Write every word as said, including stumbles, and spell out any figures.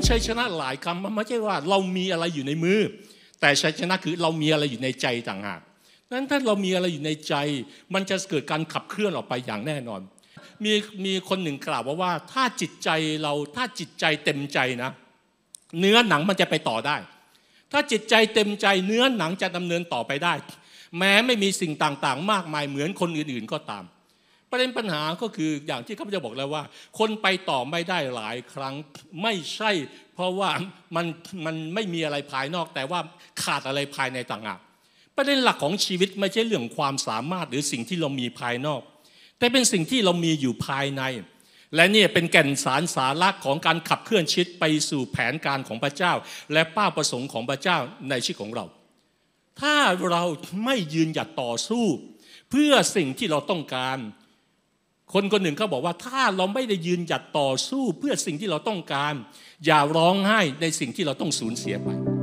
ชัยชนะหลายคำมันไม่ใช่ว่าเรามีอะไรอยู่ในมือแต่ชัยชนะคือเรามีอะไรอยู่ในใจต่างหากนั้นถ้าเรามีอะไรอยู่ในใจมันจะเกิดการขับเคลื่อนออกไปอย่างแน่นอนมีมีคนหนึ่งกล่าวว่าว่าถ้าจิตใจเราถ้าจิตใจเต็มใจนะเนื้อหนังมันจะไปต่อได้ถ้าจิตใจเต็มใจเนื้อหนังจะดำเนินต่อไปได้แม้ไม่มีสิ่งต่างๆมากมายเหมือนคนอื่นๆก็ตามประเด็นปัญหาก็คืออย่างที่ข้าพเจ้าบอกแล้วว่าคนไปต่อไม่ได้หลายครั้งไม่ใช่เพราะว่ามันมันไม่มีอะไรภายนอกแต่ว่าขาดอะไรภายในต่างหากประเด็นหลักของชีวิตไม่ใช่เรื่องความสามารถหรือสิ่งที่เรามีภายนอกแต่เป็นสิ่งที่เรามีอยู่ภายในและนี่เป็นแก่นสารสาระของการขับเคลื่อนชีวิตไปสู่แผนการของพระเจ้าและเป้าประสงค์ของพระเจ้าในชีวิตของเราถ้าเราไม่ยืนหยัดต่อสู้เพื่อสิ่งที่เราต้องการคนคนหนึ่งเขาบอกว่าถ้าเราไม่ได้ยืนหยัดต่อสู้เพื่อสิ่งที่เราต้องการอย่าร้องไห้ในสิ่งที่เราต้องสูญเสียไป